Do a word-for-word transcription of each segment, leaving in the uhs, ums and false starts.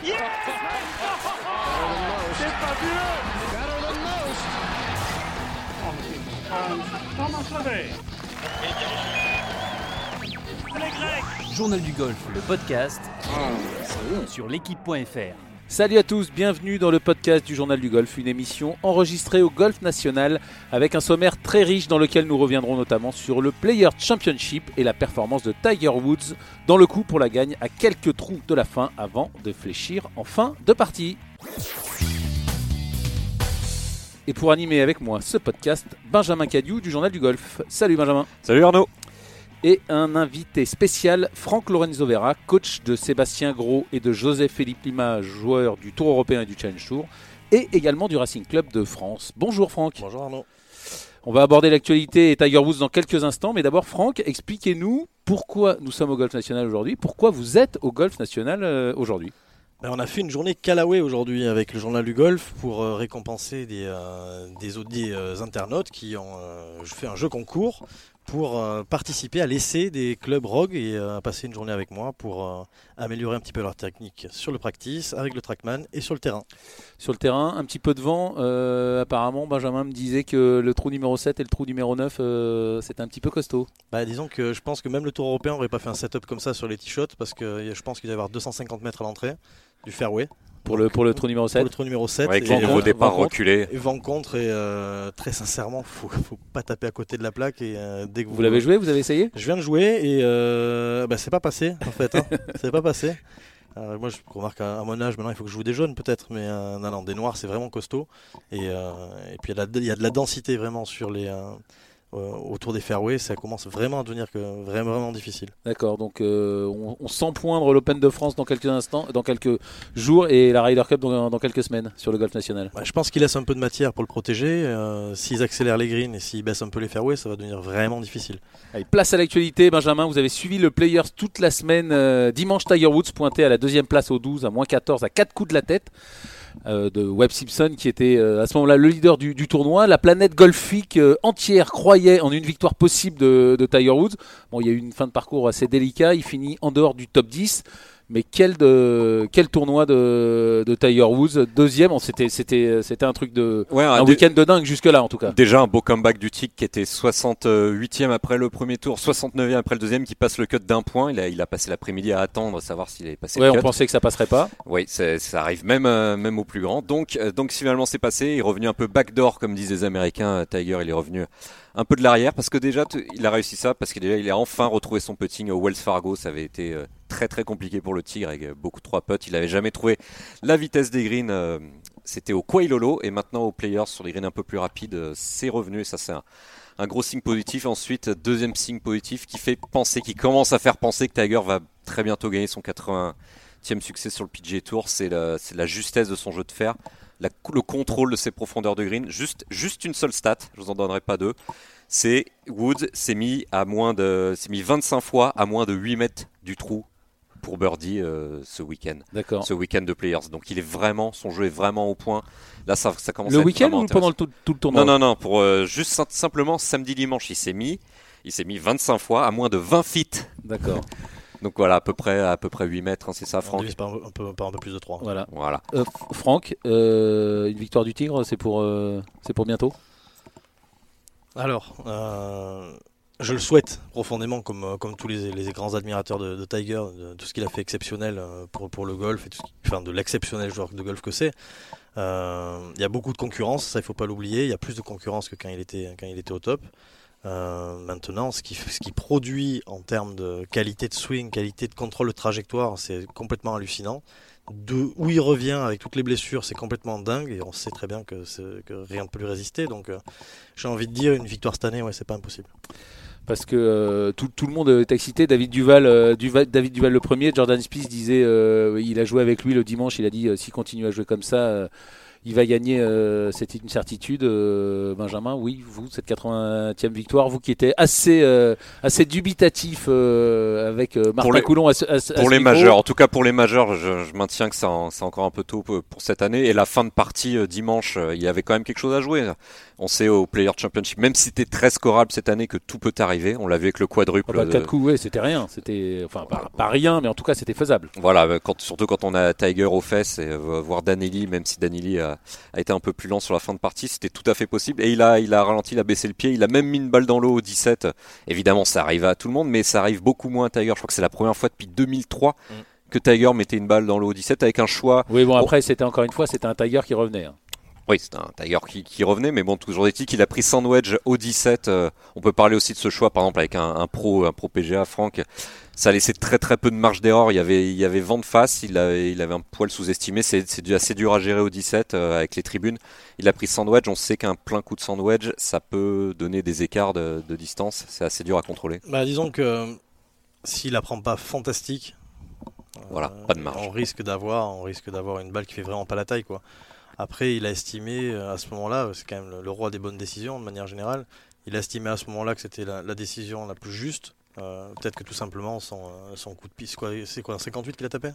Yes! C'est fabuleux! Thomas Levet. Les Grecs. Journal du golf, le podcast oh, sur l'équipe point f r. Salut à tous, bienvenue dans le podcast du Journal du Golf, une émission enregistrée au Golf National avec un sommaire très riche dans lequel nous reviendrons notamment sur le Players Championship et la performance de Tiger Woods dans le coup pour la gagne à quelques trous de la fin avant de fléchir en fin de partie. Et pour animer avec moi ce podcast, Benjamin Cadieux du Journal du Golf. Salut Benjamin. Salut Arnaud. Et un invité spécial, Franck Lorenzo Vera, coach de Sébastien Gros et de Joseph-Philippe Lima, joueur du Tour européen et du Challenge Tour, et également du Racing Club de France. Bonjour Franck. Bonjour Arnaud. On va aborder l'actualité et Tiger Woods dans quelques instants, mais d'abord Franck, expliquez-nous pourquoi nous sommes au Golf National aujourd'hui, pourquoi vous êtes au Golf National euh, aujourd'hui. Ben, on a fait une journée Callaway aujourd'hui avec le Journal du Golf pour euh, récompenser des, euh, des, des euh, internautes qui ont euh, fait un jeu concours pour euh, participer à l'essai des clubs Rogue et euh, passer une journée avec moi pour euh, améliorer un petit peu leur technique sur le practice, avec le Trackman et sur le terrain. Sur le terrain, un petit peu de vent. Euh, apparemment, Benjamin me disait que le trou numéro sept et le trou numéro neuf, euh, c'était un petit peu costaud. Bah, disons que je pense que même le Tour européen n'aurait pas fait un setup comme ça sur les tee shots parce que je pense qu'il va y avoir deux cent cinquante mètres à l'entrée du fairway. Pour le, pour le trou numéro sept. Pour le trou numéro sept. Avec les niveaux départ reculés. Et vent contre, et euh, très sincèrement, il ne faut pas taper à côté de la plaque. Et, euh, dès que vous, vous l'avez joué, vous avez essayé ? Je viens de jouer et euh, bah, c'est pas passé en fait. Hein. C'est pas passé. Euh, moi je remarque qu'à mon âge maintenant il faut que je joue des jaunes peut-être, mais euh, non, non, des noirs c'est vraiment costaud. Et, euh, et puis il y, y a de la densité vraiment sur les... Euh, Euh, autour des fairways, ça commence vraiment à devenir que, vraiment, vraiment difficile. D'accord, donc euh, on, on sent poindre l'Open de France dans quelques instants, dans quelques jours, et la Ryder Cup dans, dans quelques semaines sur le Golf National. Bah, je pense qu'ils laissent un peu de matière pour le protéger. Euh, s'ils accélèrent les greens et s'ils baissent un peu les fairways, ça va devenir vraiment difficile. Allez, place à l'actualité, Benjamin. Vous avez suivi le Players toute la semaine. Euh, dimanche, Tiger Woods pointé à la deuxième place au douze, à moins quatorze, à quatre coups de la tête. Euh, de Webb Simpson qui était euh, à ce moment-là le leader du, du tournoi. La planète golfique euh, entière croyait en une victoire possible de, de Tiger Woods. Bon, il y a eu une fin de parcours assez délicate, il finit en dehors du top dix. Mais quel, de, quel tournoi de, de Tiger Woods, deuxième, bon, c'était, c'était, c'était un truc de ouais, un, un dé- week-end de dingue jusque-là en tout cas. Déjà un beau comeback du Tic qui était soixante-huitième après le premier tour, soixante-neuvième après le deuxième, qui passe le cut d'un point. Il a, il a passé l'après-midi à attendre, savoir s'il est passé ouais, le cut. On pensait que ça passerait pas. Oui, c'est, ça arrive même, euh, même au plus grand. Donc, euh, donc finalement c'est passé. Il est revenu un peu backdoor comme disent les Américains. Tiger, il est revenu un peu de l'arrière parce que déjà t- il a réussi ça parce qu'il déjà il a enfin retrouvé son putting au Wells Fargo. Ça avait été euh, très très compliqué pour le Tigre avec euh, beaucoup de trois putts. Il n'avait jamais trouvé la vitesse des greens. Euh, c'était au Quailolo et maintenant aux Players sur les greens un peu plus rapides. Euh, c'est revenu et ça c'est un, un gros signe positif. Ensuite deuxième signe positif qui fait penser, qui commence à faire penser que Tiger va très bientôt gagner son quatre-vingtième succès sur le P G A Tour. C'est la, c'est la justesse de son jeu de fer. La, le contrôle de ses profondeurs de green, juste, juste une seule stat, je vous en donnerai pas deux, c'est Woods s'est mis à moins de, s'est mis vingt-cinq fois à moins de huit mètres du trou pour birdie euh, ce week-end. D'accord. Ce week-end de Players. Donc il est vraiment, son jeu est vraiment au point. Là ça, ça commence le à être week-end vraiment ou pendant le tout, tout le tournoi? Non non non, pour euh, juste simplement samedi dimanche, il s'est mis, il s'est mis vingt-cinq fois à moins de vingt feet. D'accord. Donc voilà, à peu près, à peu près huit mètres, hein, c'est ça, Franck. On divise par un, un, peu, par un peu plus de trois. Voilà. Voilà. Euh, Franck, euh, une victoire du Tigre, c'est pour, euh, c'est pour bientôt? Alors, euh, je le souhaite profondément, comme, comme tous les, les grands admirateurs de, de Tiger, de tout ce qu'il a fait exceptionnel pour, pour le golf, et tout ce qui, enfin de l'exceptionnel joueur de golf que c'est. Euh, il y a beaucoup de concurrence, ça il ne faut pas l'oublier. Il y a plus de concurrence que quand il était, quand il était au top. Euh, maintenant, ce qui, ce qui produit en termes de qualité de swing, qualité de contrôle de trajectoire, c'est complètement hallucinant. De où il revient avec toutes les blessures, c'est complètement dingue et on sait très bien que, que rien ne peut lui résister. Donc, euh, j'ai envie de dire une victoire cette année, ouais, c'est pas impossible. Parce que euh, tout, tout le monde est excité. David Duval, euh, Duval, David Duval le premier, Jordan Spieth disait, euh, il a joué avec lui le dimanche. Il a dit, euh, s'il continue à jouer comme ça. Euh, il va gagner, euh, c'est une certitude. Euh, Benjamin, oui, vous, cette quatre-vingtième victoire, vous qui étiez assez, euh, assez dubitatif euh, avec euh, Martin les, Coulon à ce, à, à Pour ce les micro. majeurs, en tout cas pour les majeurs, je, je maintiens que c'est, en, c'est encore un peu tôt pour, pour cette année. Et la fin de partie euh, dimanche, euh, il y avait quand même quelque chose à jouer. On sait au Player Championship, même si c'était très scorable cette année, que tout peut arriver. On l'a vu avec le quadruple. Ah bah, de... quatre coups, ouais, c'était rien. C'était, enfin, pas, pas rien, mais en tout cas, c'était faisable. Voilà, quand, surtout quand on a Tiger aux fesses et euh, voir Danelli, même si Danelli a, a été un peu plus lent sur la fin de partie, c'était tout à fait possible. Et il a, il a ralenti, il a baissé le pied, il a même mis une balle dans l'eau au dix-sept. Évidemment, ça arrive à tout le monde, mais ça arrive beaucoup moins à Tiger. Je crois que c'est la première fois depuis deux mille trois mm. que Tiger mettait une balle dans l'eau au dix-sept avec un choix. Oui, bon, après, c'était encore une fois, c'était un Tiger qui revenait. Hein. Oui, c'est un Tiger qui, qui revenait, mais bon, toujours est-il qu'il a pris sandwich au dix-sept. Euh, on peut parler aussi de ce choix, par exemple, avec un, un pro, un pro P G A, Franck. Ça a laissé très très peu de marge d'erreur. Il y avait, il y avait vent de face, il avait, il avait un poil sous-estimé. C'est, c'est assez dur à gérer au dix-sept euh, avec les tribunes. Il a pris sandwich. On sait qu'un plein coup de sandwich, ça peut donner des écarts de, de distance. C'est assez dur à contrôler. Bah, disons que euh, s'il la prend pas fantastique, voilà, euh, pas de marge. On risque d'avoir, on risque d'avoir une balle qui fait vraiment pas la taille, quoi. Après, il a estimé à ce moment-là, c'est quand même le, le roi des bonnes décisions de manière générale, il a estimé à ce moment-là que c'était la, la décision la plus juste. Euh, peut-être que tout simplement son, son coup de piste, quoi, c'est quoi, un cinquante-huit qu'il a tapé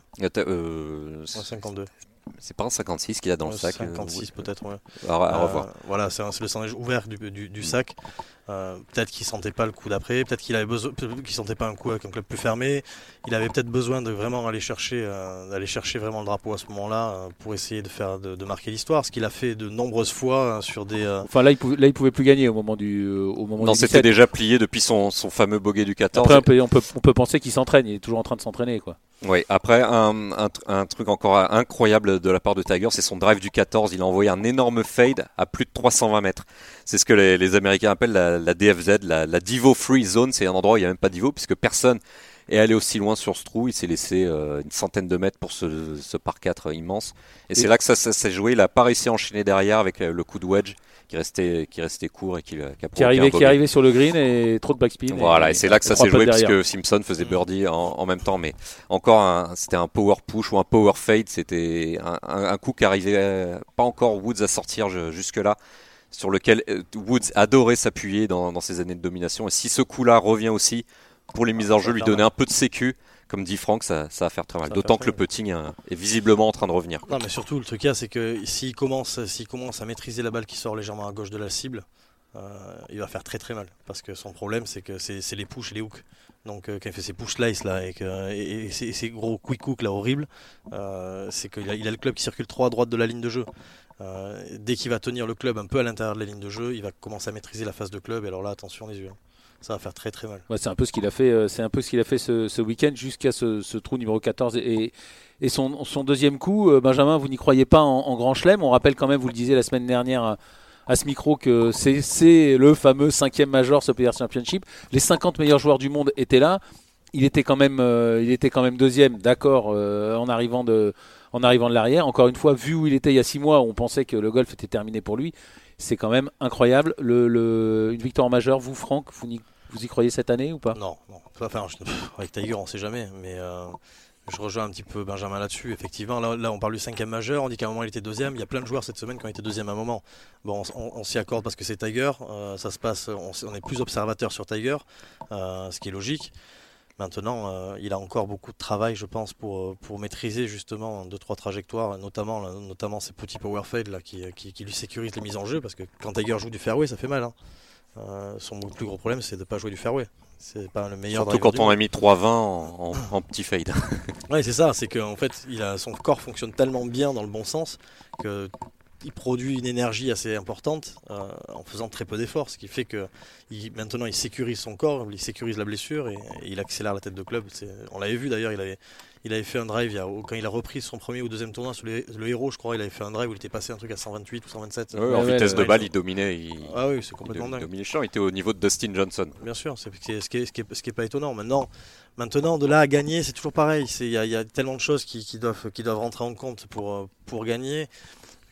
euh, ouais, cinquante-deux. C'est pas un cinquante-six qu'il a dans ouais, le sac. cinquante-six euh, peut-être, ouais. À, à revoir. Euh, voilà, c'est, un, c'est le sandwich ouvert du, du, du sac. Euh, peut-être qu'il sentait pas le coup d'après, peut-être qu'il avait besoin, qu'il sentait pas un coup avec un club plus fermé. Il avait peut-être besoin de vraiment aller chercher, euh, d'aller chercher vraiment le drapeau à ce moment-là euh, pour essayer de faire, de, de marquer l'histoire. Ce qu'il a fait de nombreuses fois hein, sur des. Euh... Enfin là, il pouvait, là, il pouvait plus gagner au moment du, euh, au moment non, du c'était déjà plié depuis son, son fameux bogey du quatorze. Après, on peut, on peut, on peut penser qu'il s'entraîne. Il est toujours en train de s'entraîner, quoi. Oui, après, un, un, un truc encore incroyable de la part de Tiger, c'est son drive du quatorze. Il a envoyé un énorme fade à plus de trois cent vingt mètres. C'est ce que les, les Américains appellent la, la D F Z, la, la Divo Free Zone. C'est un endroit où il n'y a même pas Divo, puisque personne est allé aussi loin sur ce trou. Il s'est laissé euh, une centaine de mètres pour ce, ce par quatre immense. Et, et c'est là que ça, ça s'est joué. Il n'a pas réussi à enchaîner derrière avec le coup de wedge qui restait, qui restait court et qui, qui a qui arrivait, qui arrivait sur le green et trop de backspin. Voilà, et, et c'est là que ça s'est joué derrière. Puisque Simpson faisait birdie en, en même temps. Mais encore, un, c'était un power push ou un power fade. C'était un, un, un coup qui arrivait pas encore Woods à sortir jusque-là, sur lequel Woods adorait s'appuyer dans, dans ses années de domination. Et si ce coup-là revient aussi pour les mises en jeu, lui donner un peu de sécu, comme dit Franck, ça, ça va faire très mal. D'autant que le putting est visiblement en train de revenir. Non, mais surtout, le truc là, c'est que s'il commence, s'il commence à maîtriser la balle qui sort légèrement à gauche de la cible, euh, il va faire très très mal. Parce que son problème, c'est que c'est, c'est les push et les hooks. Donc euh, quand il fait ses push slice là et, que, et, et ses, ses gros quick hooks là horribles, euh, c'est qu'il a, il a le club qui circule trop à droite de la ligne de jeu. Euh, dès qu'il va tenir le club un peu à l'intérieur de la ligne de jeu, il va commencer à maîtriser la phase de club. Et alors là, attention les yeux. Hein. Ça va faire très très mal. Ouais, c'est un peu ce qu'il a fait, euh, c'est un peu ce qu'il a fait ce, ce week-end jusqu'à ce, ce trou numéro quatorze et, et son, son deuxième coup. Euh, Benjamin, vous n'y croyez pas en, en grand chelem. On rappelle quand même, vous le disiez la semaine dernière à, à ce micro, que c'est, c'est le fameux cinquième major, ce Players Championship. Les cinquante meilleurs joueurs du monde étaient là. Il était quand même, euh, il était quand même deuxième, d'accord, euh, en arrivant de, en arrivant de l'arrière. Encore une fois, vu où il était il y a six mois, on pensait que le golf était terminé pour lui. C'est quand même incroyable. Le, le, une victoire majeure, vous, Franck, vous n'y Vous y croyez cette année ou pas ? Non, non. Enfin, je, avec Tiger, on ne sait jamais. Mais euh, je rejoins un petit peu Benjamin là-dessus. Effectivement, là, là, on parle du cinquième majeur. On dit qu'à un moment, il était deuxième. Il y a plein de joueurs cette semaine qui ont été deuxième à un moment. Bon, on, on, on s'y accorde parce que c'est Tiger. Euh, ça se passe. On, on est plus observateur sur Tiger, euh, ce qui est logique. Maintenant, euh, il a encore beaucoup de travail, je pense, pour, pour maîtriser justement deux trois trajectoires, notamment, là, notamment ces petits power fades là, qui, qui, qui lui sécurisent les mises en jeu. Parce que quand Tiger joue du fairway, ça fait mal. Hein. Euh, son plus gros problème, c'est de ne pas jouer du fairway. C'est pas le meilleur. Surtout quand on a mis trois vingt en, en, en petit fade. Ouais, c'est ça. C'est qu'en fait, il a, son corps fonctionne tellement bien dans le bon sens que il produit une énergie assez importante euh, en faisant très peu d'efforts, ce qui fait que il, maintenant il sécurise son corps, il sécurise la blessure et, et il accélère la tête de club. C'est, on l'avait vu d'ailleurs, il avait, il avait fait un drive il y a, quand il a repris son premier ou deuxième tournoi sur le, le Héros, je crois, il avait fait un drive où il était passé un truc à cent vingt-huit ou cent vingt-sept. Ouais, ouais, en ouais, vitesse ouais, de ouais, balle, il dominait. Il, ah oui, c'est complètement il, dingue. Il dominait le champ, il était au niveau de Dustin Johnson. Bien sûr, c'est, c'est, ce qui est, ce qui est, ce qui est pas étonnant. Maintenant, maintenant de là à gagner, c'est toujours pareil. Il y, y a tellement de choses qui, qui, doivent, qui doivent rentrer en compte pour, pour gagner.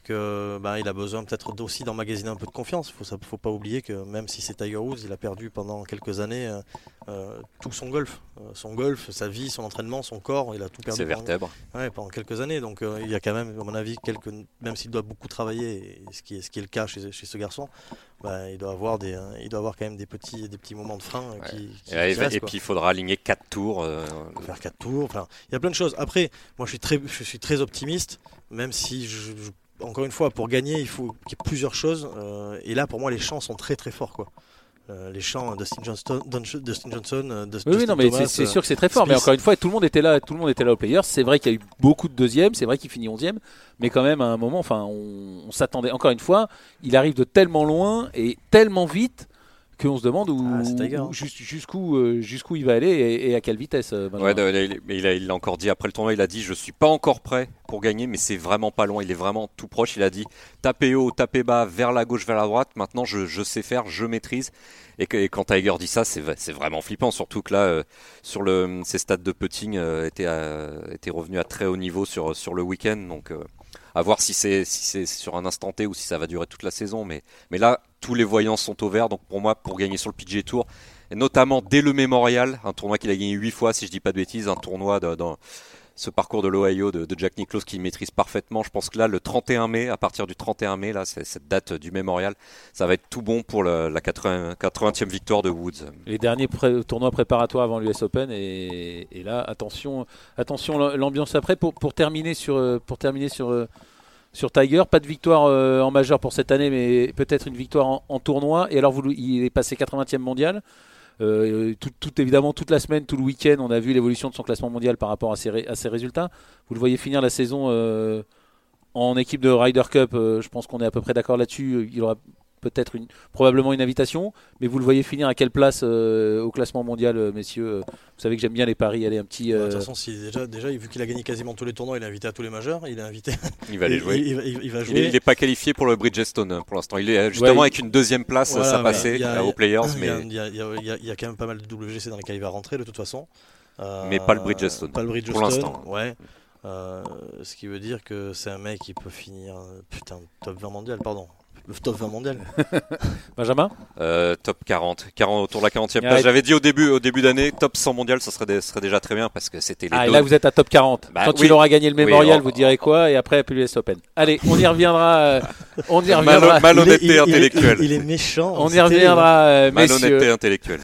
que bah, il a besoin peut-être aussi d'emmagasiner un peu de confiance. Il faut, faut pas oublier que même si c'est Tiger Woods, il a perdu pendant quelques années euh, euh, tout son golf. Euh, son golf, sa vie, son entraînement, son corps, il a tout perdu. Ses vertèbres. Pendant, ouais, pendant quelques années. Donc euh, il y a quand même, à mon avis, quelques, même s'il doit beaucoup travailler, ce qui est, ce qui est le cas chez, chez ce garçon, bah, il, doit avoir des, il doit avoir quand même des petits, des petits moments de frein. Ouais. Qui, qui, et qui restent, et puis il faudra aligner quatre tours. Euh... Faire quatre tours. Enfin, il y a plein de choses. Après, moi je suis très, je suis très optimiste, même si je, je encore une fois, pour gagner, il faut qu'il y ait plusieurs choses. Euh, et là, pour moi, les champs sont très très forts, quoi. Euh, les champs Dustin Johnson, Dustin Johnson, euh, Dustin oui, oui, non, mais Thomas, c'est, c'est euh, sûr que c'est très fort. Smith. Mais encore une fois, tout le monde était là, tout le monde était là aux Players. C'est vrai qu'il y a eu beaucoup de deuxièmes, c'est vrai qu'il finit onzième, mais quand même à un moment, enfin, on, on s'attendait. Encore une fois, il arrive de tellement loin et tellement vite qu'on se demande où, Ah, c'est Tiger, hein. où- jus- jusqu'où, euh, jusqu'où il va aller et, et à quelle vitesse. euh, Benjamin. Ouais, de- il, mais il a, il l'a encore dit après le tournoi, il a dit je suis pas encore prêt pour gagner, mais c'est vraiment pas loin, il est vraiment tout proche. Il a dit tapez haut, tapez bas, vers la gauche, vers la droite. Maintenant, je, je sais faire, je maîtrise. Et, que, et quand Tiger dit ça, c'est, c'est vraiment flippant, surtout que là, euh, sur le, ses stats de putting euh, étaient, à- étaient revenus à très haut niveau sur, sur le week-end. Donc, euh, à voir si c'est, si c'est sur un instant T ou si ça va durer toute la saison. Mais, mais là, tous les voyants sont au vert. Donc, pour moi, pour gagner sur le P G A Tour, et notamment dès le Memorial, un tournoi qu'il a gagné huit fois, si je dis pas de bêtises, un tournoi de- dans ce parcours de l'Ohio de, de Jack Nicklaus qu'il maîtrise parfaitement. Je pense que là, le trente et un mai, à partir du trente et un mai, là, c'est cette date du Memorial, ça va être tout bon pour le- la quatre-vingts, quatre-vingtième victoire de Woods. Les derniers pré- tournois préparatoires avant l'U S Open et, et là, attention, attention l'ambiance après. Pour, pour terminer sur, euh, pour terminer sur, euh, sur Tiger, pas de victoire euh, en majeur pour cette année, mais peut-être une victoire en, en tournoi. Et alors, vous, il est passé quatre-vingtième mondial. Euh, tout, tout, évidemment, toute la semaine, tout le week-end, on a vu l'évolution de son classement mondial par rapport à ses, ré- à ses résultats. Vous le voyez finir la saison euh, en équipe de Ryder Cup. Euh, je pense qu'on est à peu près d'accord là-dessus. Il aura peut-être une, probablement une invitation, mais vous le voyez finir à quelle place euh, au classement mondial, euh, messieurs. Vous savez que j'aime bien les paris. Allez, un petit. De euh, toute façon, si déjà, déjà, vu qu'il a gagné quasiment tous les tournois, il est invité à tous les majeurs. Il est invité. Il va aller jouer. Il, il, il, il va Il jouer. est, il est pas qualifié pour le Bridgestone pour l'instant. Il est justement Ouais. avec une deuxième place, Voilà, ça voilà. passait Il y a- euh, aux Players, Il y, a, mais, il, y a, il, y a, il y a- il y a quand même pas mal de W G C dans lesquels il va rentrer de toute façon. Euh, mais pas le Bridgestone. Pas le Bridgestone. Pour l'instant. Ouais. Euh, ce qui veut dire que c'est un mec qui peut finir euh, putain top vingt mondial, pardon. Le top vingt mondial. Benjamin Euh, top quarante, quarante autour de la quarantième Ouais. place. J'avais dit au début, au début d'année, top cent mondial, ça serait, des- ça serait déjà très bien parce que c'était les Ah, et deux. là, vous êtes à top quarante. Bah, Quand oui. il aura gagné le Oui, Memorial, on- vous direz quoi? Et après, plus l'U S Open. Allez, on y reviendra. euh, on y reviendra. Malo- malhonnêteté Il est- il est- intellectuelle. Il, il est méchant. on y c'est terrible. reviendra, euh, messieurs. Malhonnêteté intellectuelle.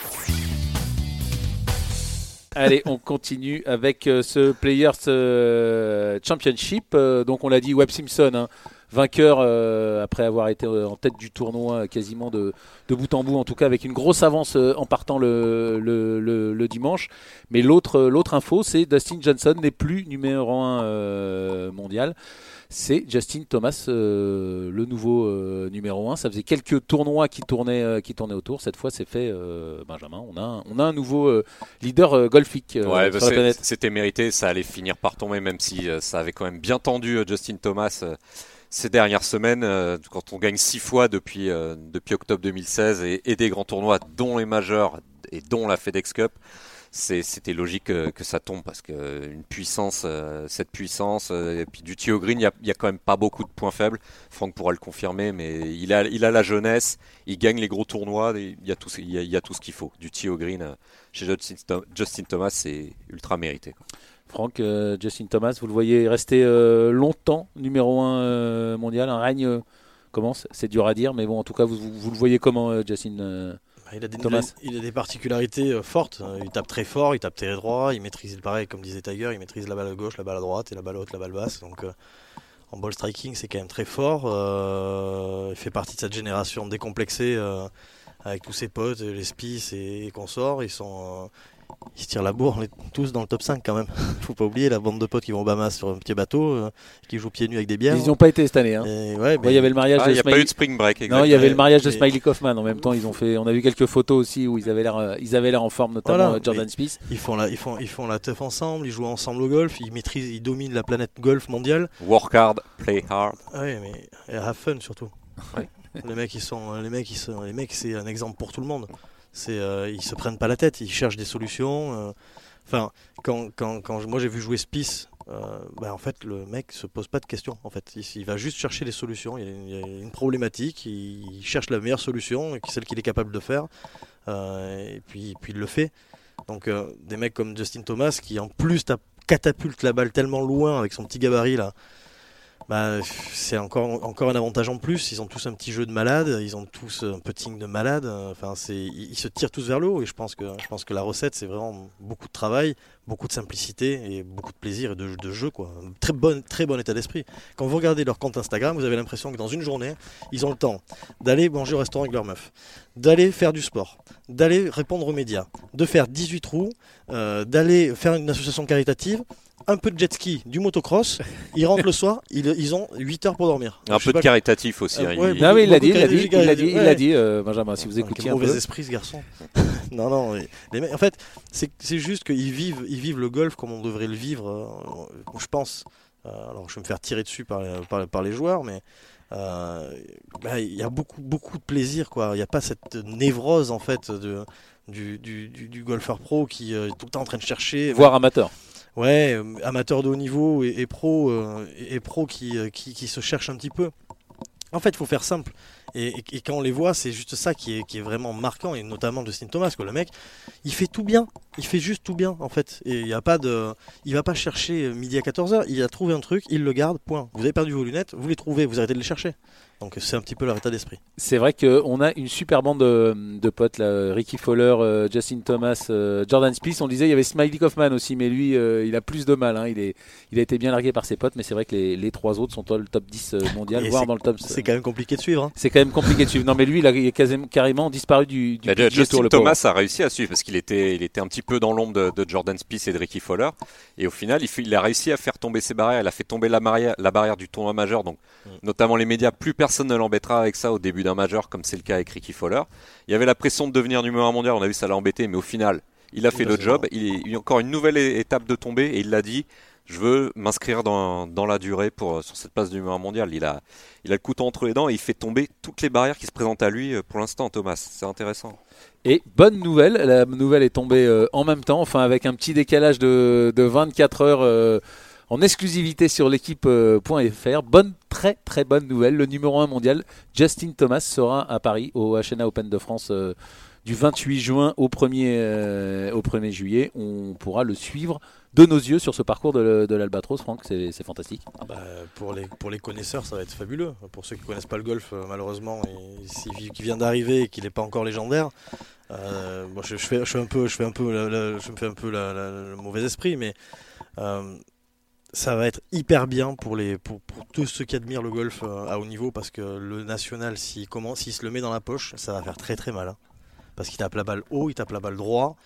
Allez, on continue avec euh, ce Players euh, Championship. Euh, donc, on l'a dit, Webb Simpson, hein, vainqueur euh, après avoir été euh, en tête du tournoi euh, quasiment de, de bout en bout, en tout cas avec une grosse avance euh, en partant le, le, le, le dimanche. Mais l'autre, euh, l'autre info, c'est Dustin Johnson n'est plus numéro un euh, mondial. C'est Justin Thomas, euh, le nouveau euh, numéro un. Ça faisait quelques tournois qui tournaient, euh, qui tournaient autour. Cette fois, c'est fait, euh, Benjamin. On a un, on a un nouveau euh, leader euh, golfique euh, Ouais, bah, sur la c'est- planète. c'était mérité, ça allait finir par tomber, même si euh, ça avait quand même bien tendu euh, Justin Thomas euh, ces dernières semaines. Euh, quand on gagne six fois depuis, euh, depuis octobre deux mille seize et, et des grands tournois, dont les majeurs et dont la FedEx Cup, c'est- c'était logique euh, que ça tombe parce que euh, une puissance, euh, cette puissance, euh, et puis du tee au green, il y a, il y a quand même pas beaucoup de points faibles. Franck pourra le confirmer, mais il a, il a la jeunesse, il gagne les gros tournois, et il y a tout, il y a, il y a tout ce qu'il faut. Du tee au green euh, chez Justin, Tho- Justin Thomas, c'est ultra mérité, quoi. Franck, euh, Justin Thomas, vous le voyez rester euh, longtemps numéro un euh, mondial, un règne. euh, comment c'est, c'est dur à dire, mais bon, en tout cas, vous, vous, vous le voyez comment, euh, Justin euh, Il a, des, Thomas. il a des particularités euh, fortes. Euh, Il tape très fort, il tape très droit, il maîtrise, pareil, comme disait Tiger, il maîtrise la balle à gauche, la balle à droite et la balle haute, la balle basse. Donc euh, en ball striking, c'est quand même très fort. Euh, il fait partie de cette génération décomplexée euh, avec tous ses potes, les Spieth et, et consorts. Ils sont, euh, ils se tirent la bourre, on est tous dans le top cinq quand même. Faut pas oublier la bande de potes qui vont au Bahamas sur un petit bateau, euh, qui jouent pieds nus avec des bières. Ils n'y ont pas été cette année. Hein. Et ouais, Ouais, il y avait le mariage Ah, de il n'y a pas Smiley. eu de spring break, Non, il y exactement. avait le mariage de Mais- Smiley Kaufman. En même temps, ils ont fait. On a vu quelques photos aussi où ils avaient l'air, euh, ils avaient l'air en forme, notamment Voilà, euh, Jordan mais- Spieth. Ils font la, ils font, ils font la teuf ensemble, ils jouent ensemble au golf, ils maîtrisent, ils dominent la planète golf mondiale. Work hard, play hard. Ah ouais, mais et have fun surtout. Ouais. Les mecs, ils sont, les mecs, ils sont, les mecs, c'est un exemple pour tout le monde. C'est, euh, ils se prennent pas la tête, ils cherchent des solutions. euh. Enfin, quand, quand, quand je- moi j'ai vu jouer Spieth euh, bah, en fait, le mec se pose pas de questions. En fait, il, il va juste chercher les solutions. Il y a une, il y a une problématique, il, il cherche la meilleure solution, celle qu'il est capable de faire, euh, et puis, puis il le fait. Donc, euh, des mecs comme Justin Thomas qui en plus tape, catapulte la balle tellement loin avec son petit gabarit là. Bah, c'est encore, encore un avantage en plus. Ils ont tous un petit jeu de malade, ils ont tous un putting de malade. Enfin, c'est, ils, ils se tirent tous vers le haut. Et je pense que, je pense que la recette, c'est vraiment beaucoup de travail, beaucoup de simplicité et beaucoup de plaisir et de, de jeu, quoi. Un très bon, très bon état d'esprit. Quand vous regardez leur compte Instagram, vous avez l'impression que dans une journée, ils ont le temps d'aller manger au restaurant avec leur meuf, d'aller faire du sport, d'aller répondre aux médias, de faire dix-huit trous, euh, d'aller faire une association caritative, un peu de jet ski, du motocross. Ils rentrent le soir, ils, ils ont huit heures pour dormir. Un Je peu sais de pas- caritatif aussi. Euh, hein, ouais, il- Non, mais il l'a dit, beaucoup il l'a de dit, il l'a dit, il l'a ouais. dit, euh, Benjamin, si vous Ah, écoutiez quel un mauvais peu. esprit ce garçon. non, non. Les, les mecs- en fait, c'est, c'est juste qu'ils vivent, ils vivent le golf comme on devrait le vivre, euh, je pense. Euh, alors, je vais me faire tirer dessus par, par, par les joueurs, mais euh, bah, il y a beaucoup, beaucoup de plaisir, quoi. Il n'y a pas cette névrose, en fait, de, du, du, du, du golfeur pro qui euh, est tout le temps en train de chercher. Voire amateur. Ouais, euh, amateur de haut niveau et, et pro, euh, et, et pro qui, euh, qui, qui se cherchent un petit peu. En fait, il faut faire simple. Et, et, et quand on les voit, c'est juste ça qui est, qui est vraiment marquant, et notamment Justin Thomas, que le mec, il fait tout bien. Il fait juste tout bien, en fait. Et il y a pas de, il va pas chercher midi à quatorze heures. Il a trouvé un truc, il le garde, point. Vous avez perdu vos lunettes, vous les trouvez, vous arrêtez de les chercher. Donc c'est un petit peu leur état d'esprit. C'est vrai qu'on a une super bande de, de potes là, Ricky Fowler, euh, Justin Thomas, euh, Jordan Spieth. On disait il y avait Smiley Kaufman aussi, mais lui euh, il a plus de mal. Hein. Il, est, il a été bien largué par ses potes, mais c'est vrai que les, les trois autres sont dans le top dix euh, mondial, Et voire c'est- dans le top. C'est quand même compliqué de suivre. Hein. C'est quand même compliqué de suivre. Non, mais lui il a, il a quasiment, carrément disparu du, du Bah, P G A Justin Tour, le pauvre. Thomas a réussi à suivre parce qu'il était, il était un petit peu dans l'ombre de, de Jordan Spieth et de Ricky Fowler. Et au final, il, fait- il a réussi à faire tomber ses barrières. Il a fait tomber la barrière, la barrière du tournoi majeur. Donc, Mm. notamment les médias, plus personne ne l'embêtera avec ça au début d'un majeur, comme c'est le cas avec Ricky Fowler. Il y avait la pression de devenir numéro un mondial. On a vu ça l'a embêté, mais au final, il a fait Bah, le c'est job. bon. Il, est- il y a encore une nouvelle é- étape de tombée et il l'a dit. Je veux m'inscrire dans, dans la durée pour, sur cette place du numéro un mondial. Il a, il a le couteau entre les dents et il fait tomber toutes les barrières qui se présentent à lui euh, pour l'instant, Thomas. C'est intéressant. Et bonne nouvelle, la nouvelle est tombée euh, en même temps, enfin avec un petit décalage de, de vingt-quatre heures euh, en exclusivité sur l'équipe euh, point F R. Bonne, très très bonne nouvelle, le numéro un mondial, Justin Thomas, sera à Paris au H N A Open de France euh, du vingt-huit juin au premier, euh, au premier juillet. On pourra le suivre de nos yeux sur ce parcours de, de l'Albatros, Franck, c'est, c'est fantastique. Ah bah, pour, les, pour les connaisseurs, ça va être fabuleux. Pour ceux qui ne connaissent pas le golf, euh, malheureusement, et s'il qui vient d'arriver et qu'il n'est pas encore légendaire, euh, bon, je, je, fais, je fais un peu, je fais un peu, la, la, je me fais un peu la, la, le mauvais esprit, mais euh, ça va être hyper bien pour, les, pour, pour tous ceux qui admirent le golf euh, à haut niveau, parce que le national, s'il, commence, s'il se le met dans la poche, ça va faire très très mal. Hein, parce qu'il tape la balle haut, il tape la balle droit.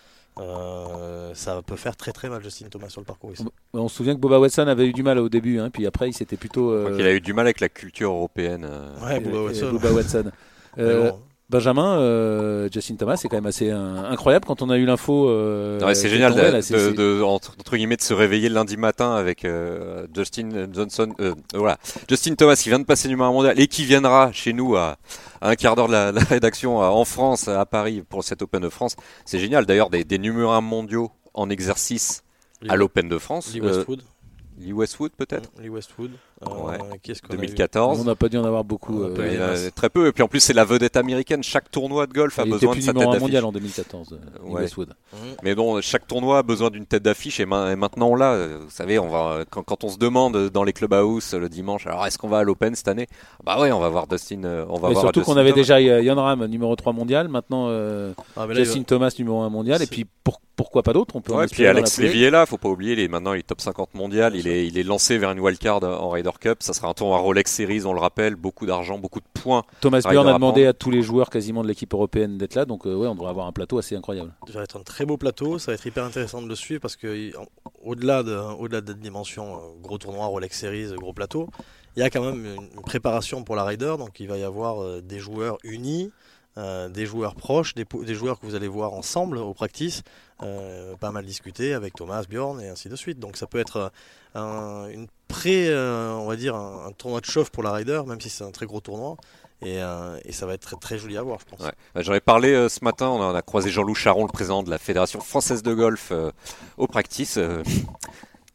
Euh, ça peut faire très très mal Justin Thomas sur le parcours ici. On se souvient que Bubba Watson avait eu du mal au début, hein, puis après il s'était plutôt... Euh, Il a eu du mal avec la culture européenne. euh. Ouais, Bubba Watson. Bubba Watson. Mais Euh, bon, Benjamin, euh, Justin Thomas, c'est quand même assez euh, incroyable quand on a eu l'info. Euh, Ouais, c'est qui est génial tombée, de, là, c'est- de- c'est- de- entre, entre guillemets de se réveiller le lundi matin avec euh, Justin Johnson, euh, voilà, Justin Thomas qui vient de passer numéro un mondial et qui viendra chez nous à, à un quart d'heure de la, la rédaction à- en France, à Paris pour cet Open de France. C'est génial d'ailleurs des, des numéros un mondiaux en exercice Lee- à l'Open de France. Lee Euh, Westwood. Lee Westwood peut-être. Lee Westwood. Euh, Ouais. Qui est-ce qu'on a deux mille eu quatorze. on n'a pas dû en avoir beaucoup. On a euh, pas Ouais, eu il des a- masses. très peu. Et puis en plus, c'est la vedette américaine. Chaque tournoi de golf a il était besoin de plus sa tête numéro un d'affiche. mondial en deux mille quatorze. euh, Lee Ouais. Westwood. Mhm. Mais bon, chaque tournoi a besoin d'une tête d'affiche et, ma- et maintenant on l'a. Euh, Vous savez, on va quand, quand on se demande dans les clubhouse le dimanche, alors est-ce qu'on va à l'Open cette année? Bah ouais, on va voir Dustin. euh, On va Et voir surtout Justin qu'on avait Thomas. déjà euh, Jon Rahm numéro trois mondial, maintenant euh, Ah, mais là, il Justin va- Thomas numéro un mondial, et C'est- puis pour- pourquoi pas d'autres, on peut en Ouais, puis espérer dans Alex la foulée. Lévy est là, faut pas oublier, il est maintenant il est top cinquante mondial, il est, il est lancé vers une wildcard en Ryder Cup, ça sera un tournoi Rolex Series, on le rappelle, beaucoup d'argent, beaucoup de points. Thomas Ryder Bjorn a à demandé prendre. à tous les joueurs quasiment de l'équipe européenne d'être là, donc euh, ouais, on devrait avoir un plateau assez incroyable. Ça va être un très beau plateau, ça va être hyper intéressant de le suivre parce que en- au-delà de, au-delà de la dimension euh, gros tournoi, Rolex Series, gros plateau, il y a quand même une préparation pour la Ryder, donc il va y avoir euh, des joueurs unis, euh, des joueurs proches, des, po- des joueurs que vous allez voir ensemble au practice, euh, pas mal discuter avec Thomas, Bjorn et ainsi de suite. Donc ça peut être euh, un, une pré, euh, on va dire un, un tournoi de chauffe pour la Ryder, même si c'est un très gros tournoi. Et, euh, et ça va être très, très joli à voir, je pense. Ouais. Bah, J'en ai parlé euh, ce matin, on a, on a croisé Jean-Loup Charon, le président de la Fédération Française de Golf, euh, au practice. euh.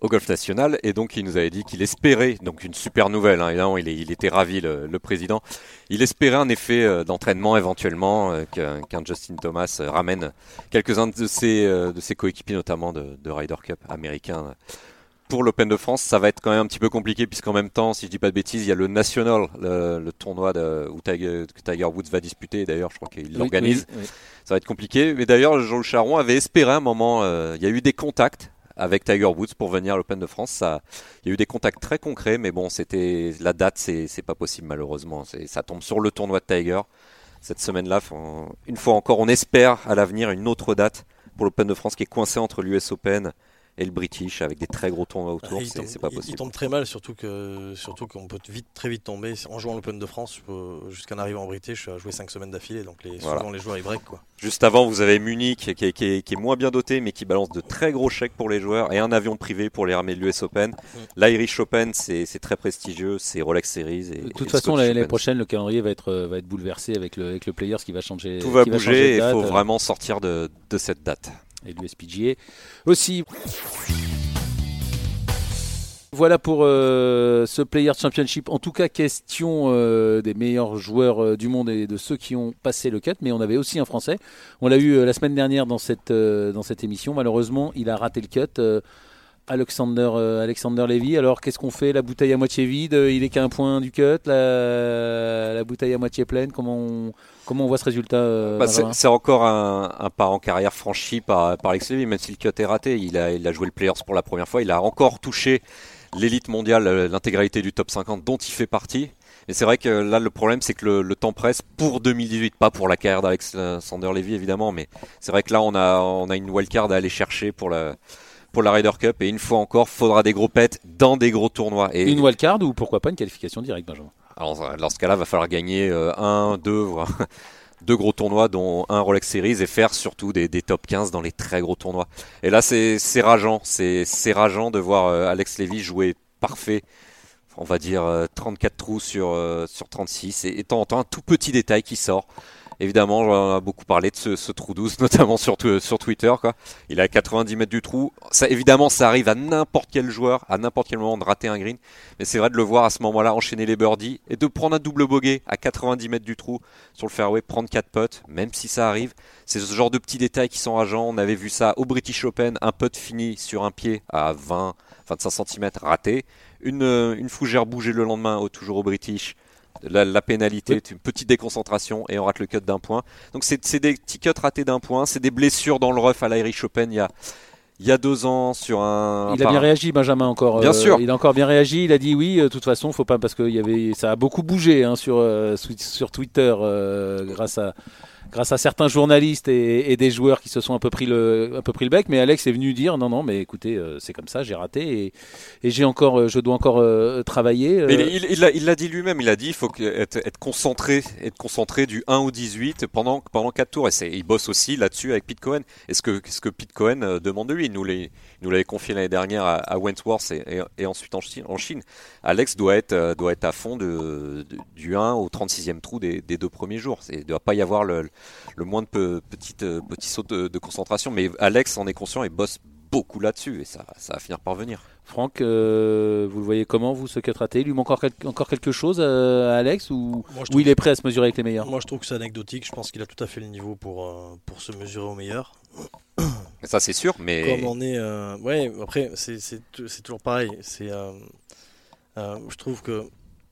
au Golf National, et donc il nous avait dit qu'il espérait, donc une super nouvelle, hein, évidemment, il, est, il était ravi, le, le président, il espérait un effet euh, d'entraînement éventuellement, euh, qu'un, qu'un Justin Thomas euh, ramène quelques-uns de ses, euh, de ses coéquipiers, notamment de, de Ryder Cup américain. Euh, pour l'Open de France, ça va être quand même un petit peu compliqué, puisqu'en même temps, si je dis pas de bêtises, il y a le National, le, le tournoi de, où Tiger, que Tiger Woods va disputer, d'ailleurs je crois qu'il Oui, l'organise, oui, oui. Ça va être compliqué, mais d'ailleurs Jean-Loup Charron avait espéré un moment, euh, il y a eu des contacts avec Tiger Woods pour venir à l'Open de France. Ça, il y a eu des contacts très concrets, mais bon, c'était la date, c'est, c'est pas possible malheureusement. C'est, ça tombe sur le tournoi de Tiger cette semaine-là. Faut, une fois encore, on espère à l'avenir une autre date pour l'Open de France qui est coincé entre l'U S Open et le British avec des très gros tournois autour. Il c'est, tombe, c'est pas il- possible. il tombe très mal, surtout que surtout qu'on peut vite, très vite tomber en jouant l'Open de France euh, jusqu'en arrivant en British. À jouer cinq semaines d'affilée, donc les, Voilà. souvent les joueurs ils break quoi. Juste avant, vous avez Munich qui est, qui, est, qui est moins bien doté, mais qui balance de très gros chèques pour les joueurs et un avion privé pour les armées de l'U S Open. Mm. L'Irish Open, c'est, c'est très prestigieux, c'est Rolex Series. Et, De et toute le façon, Scottish l'année Open. prochaine, le calendrier va être, va être bouleversé avec le, avec le Players qui va changer. Tout va qui changer bouger de et il date, faut euh, vraiment sortir de, de cette date. Et l'U S P G A aussi. Voilà pour euh, ce Players Championship. En tout cas, question euh, des meilleurs joueurs euh, du monde et de ceux qui ont passé le cut. Mais on avait aussi un Français. On l'a eu euh, la semaine dernière dans cette, euh, dans cette émission. Malheureusement, il a raté le cut. Euh, Alexander, euh, Alexander Levy. Alors, qu'est-ce qu'on fait? La bouteille à moitié vide, il est qu'à un point du cut. La, la bouteille à moitié pleine. Comment on, comment on voit ce résultat euh, Bah, c'est, Benjamin c'est encore un, un pas en carrière franchi par, par Alex Levy, même si le cut est raté. Il a, il a joué le Players pour la première fois. Il a encore touché l'élite mondiale, l'intégralité du top cinquante dont il fait partie. Et c'est vrai que là, le problème, c'est que le, le temps presse pour deux mille dix-huit, pas pour la carrière d'Alexander Levy évidemment, mais c'est vrai que là, on a, on a une wildcard à aller chercher pour la, pour la Ryder Cup. Et une fois encore, faudra des gros pets dans des gros tournois. Et Une wildcard ou pourquoi pas une qualification directe, Benjamin? alors, dans ce cas-là, va falloir gagner euh, un, deux, voire deux gros tournois, dont un Rolex Series, et faire surtout des, des top quinze dans les très gros tournois. Et là, c'est, c'est rageant. C'est, c'est rageant de voir euh, Alex Levy jouer parfait. On va dire euh, trente-quatre trous sur, euh, sur trente-six. Et, et de temps en temps, un tout petit détail qui sort. Évidemment, on a beaucoup parlé de ce, ce trou douze, notamment sur, sur Twitter, quoi. Il est à quatre-vingt-dix mètres du trou. Ça, évidemment, ça arrive à n'importe quel joueur, à n'importe quel moment de rater un green. Mais c'est vrai de le voir à ce moment-là enchaîner les birdies et de prendre un double bogey à quatre-vingt-dix mètres du trou sur le fairway, prendre quatre putts, même si ça arrive. C'est ce genre de petits détails qui sont rageants. On avait vu ça au British Open, un putt fini sur un pied à vingt, vingt-cinq centimètres raté. Une, une fougère bougée le lendemain, au, toujours au British. La, la pénalité, oui. Une petite déconcentration et on rate le cut d'un point. Donc c'est, c'est des petits cuts ratés d'un point, c'est des blessures dans le rough à l'Irish Open il y a, il y a deux ans sur un. Il a bien réagi, Benjamin, encore. Bien euh, sûr. Il a encore bien réagi. Il a dit oui. De toute façon, faut pas parce que il y avait, ça a beaucoup bougé hein, sur euh, sur Twitter euh, grâce à. grâce à certains journalistes et, et des joueurs qui se sont un peu pris le, un peu pris le bec, mais Alex est venu dire non, non, mais écoutez, euh, c'est comme ça, j'ai raté et, et j'ai encore, euh, je dois encore euh, travailler. Euh. Mais il, il, l'a, il l'a dit lui-même, il a dit il faut que, être, être concentré, être concentré du un au dix-huit pendant pendant quatre tours et c'est, il bosse aussi là-dessus avec Pete Cohen. Est-ce que ce que Pete Cohen euh, demande de lui, il nous, les, il nous l'avait confié l'année dernière à, à Wentworth et, et, et ensuite en Chine, en Chine. Alex doit être euh, doit être à fond de, de, du un au trente-sixième trou des, des deux premiers jours. C'est, il ne doit pas y avoir le le moins de pe- petites euh, petits sauts de, de concentration, mais Alex en est conscient et bosse beaucoup là-dessus et ça, ça va finir par venir. Franck, euh, vous le voyez comment, vous, ce cut raté? Il lui manque encore, quel- encore quelque chose à Alex ou, Moi, je ou trouve- il est prêt à se mesurer avec les meilleurs? Moi je trouve que c'est anecdotique, je pense qu'il a tout à fait le niveau pour, euh, pour se mesurer au meilleur. Ça c'est sûr, mais Comme on est. euh, Ouais, après, c'est, c'est, c'est toujours pareil. C'est, euh, euh, je trouve que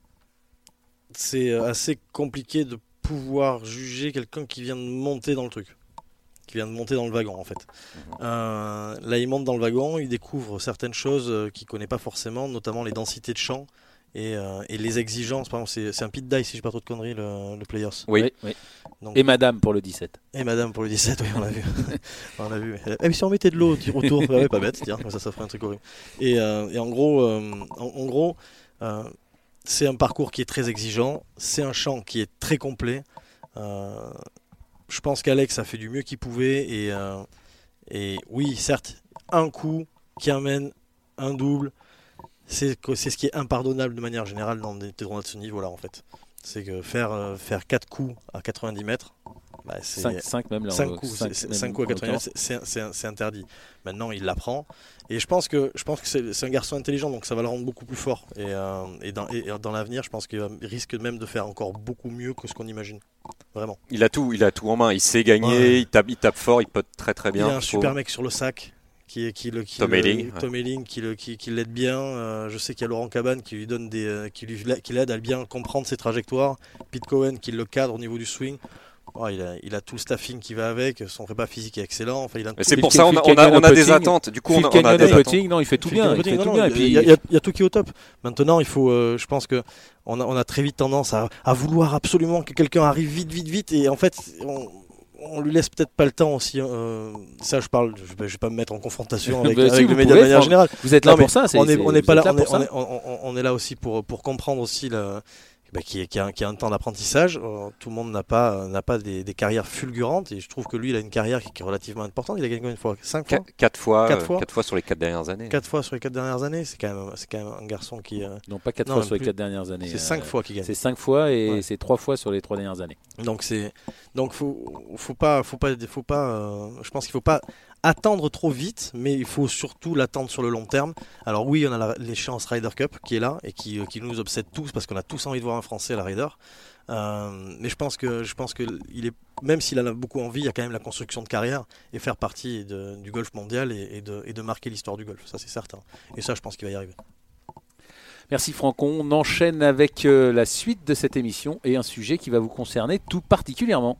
c'est assez compliqué de pouvoir juger quelqu'un qui vient de monter dans le truc, qui vient de monter dans le wagon en fait. Euh, là, il monte dans le wagon, il découvre certaines choses euh, qu'il ne connaît pas forcément, notamment les densités de champ et, euh, et les exigences. Par exemple, c'est, c'est un pit die si je dis pas trop de conneries, le, le Players. oui. Oui, oui. Donc, Et Madame pour le dix-sept. et madame pour le dix-sept, oui, on l'a vu. on l'a vu. Et puis si on mettait de l'eau autour, ouais, ouais, pas bête, tiens, ça, ça ferait un truc horrible. Et, euh, et en gros, euh, en, en gros euh, c'est un parcours qui est très exigeant, c'est un champ qui est très complet. Euh, je pense qu'Alex a fait du mieux qu'il pouvait. Et, euh, et oui, certes, un coup qui amène un double, c'est, c'est ce qui est impardonnable de manière générale dans des tournois de ce niveau-là, en fait. C'est que faire, euh, faire quatre coups à quatre-vingt-dix mètres, bah, c'est cinq, cinq même là. cinq euh, coups, cinq c'est- même, cinq coups à en quatre-vingts, c'est, c'est, c'est, c'est interdit. Maintenant, il l'apprend. Et je pense que, je pense que c'est, c'est un garçon intelligent, donc ça va le rendre beaucoup plus fort. Et, euh, et, dans, et dans l'avenir, je pense qu'il risque même de faire encore beaucoup mieux que ce qu'on imagine. Vraiment. Il a tout, il a tout en main. Il sait gagner, Ouais. il tape, il tape fort, il pote très très bien. Il a un je super trouve. mec sur le sac. Qui, qui, le, qui Tom le- Elling, ouais. Tom Elling qui, le, qui, qui l'aide bien. Euh, je sais qu'il y a Laurent Cabane qui lui donne des, euh, qui, lui, qui l'aide à bien comprendre ses trajectoires. Pete Cohen qui le cadre au niveau du swing. Oh, il, a, il a tout le staffing qui va avec. Son prépa physique est excellent. Enfin, il a Mais tout- c'est Phil- pour ça on a, Phil on a, Canyon on a au des putting. attentes. Du coup, on Phil a, on a Canyon des au attentes. putting, non, il fait tout Phil bien. Canyon Il au fait putting, tout non, bien. non, Et il puis, y a- il y a- il y a tout qui est au top. Maintenant, il faut, euh, je pense que on a, on a très vite tendance à, à vouloir absolument que quelqu'un arrive vite, vite, vite. Et en fait, on, on lui laisse peut-être pas le temps aussi. euh, ça, je parle. Je vais, je vais pas me mettre en confrontation avec, Bah, si, avec vous les médias pouvez, de manière Franck. générale. vous êtes là Non, mais pour ça. c'est- on est, c'est- on est vous pas êtes là, on est, pour on ça. est, on- on- on est là aussi pour, pour comprendre aussi le, bah, qu'il y, a- qu'il y a un- qu'il y a un temps d'apprentissage. Euh, tout le monde n'a pas, n'a pas des, des carrières fulgurantes et je trouve que lui, il a une carrière qui, qui est relativement importante. Il a gagné combien de fois? Cinq fois? Qu- Quatre fois, Quatre euh, fois. quatre fois sur les quatre dernières années. Quatre fois sur les quatre dernières années. C'est quand même, c'est quand même un garçon qui. euh, Non, pas quatre Non, fois même sur les plus. quatre dernières années. c'est euh, cinq fois qu'il gagne. C'est cinq fois et Ouais. c'est trois fois sur les trois dernières années. Donc c'est, donc faut, faut pas, faut pas, faut pas. euh, je pense qu'il faut pas attendre trop vite, mais il faut surtout l'attendre sur le long terme. Alors oui, on a la- l'échéance Ryder Cup qui est là et qui, euh, qui nous obsède tous parce qu'on a tous envie de voir un Français à la Ryder. Euh, mais je pense que, je pense que il est, même s'il en a beaucoup envie, il y a quand même la construction de carrière et faire partie de- du golf mondial et, et de, et de marquer l'histoire du golf. Ça c'est certain. Et ça, je pense qu'il va y arriver. Merci Francon. On enchaîne avec euh, la suite de cette émission et un sujet qui va vous concerner tout particulièrement.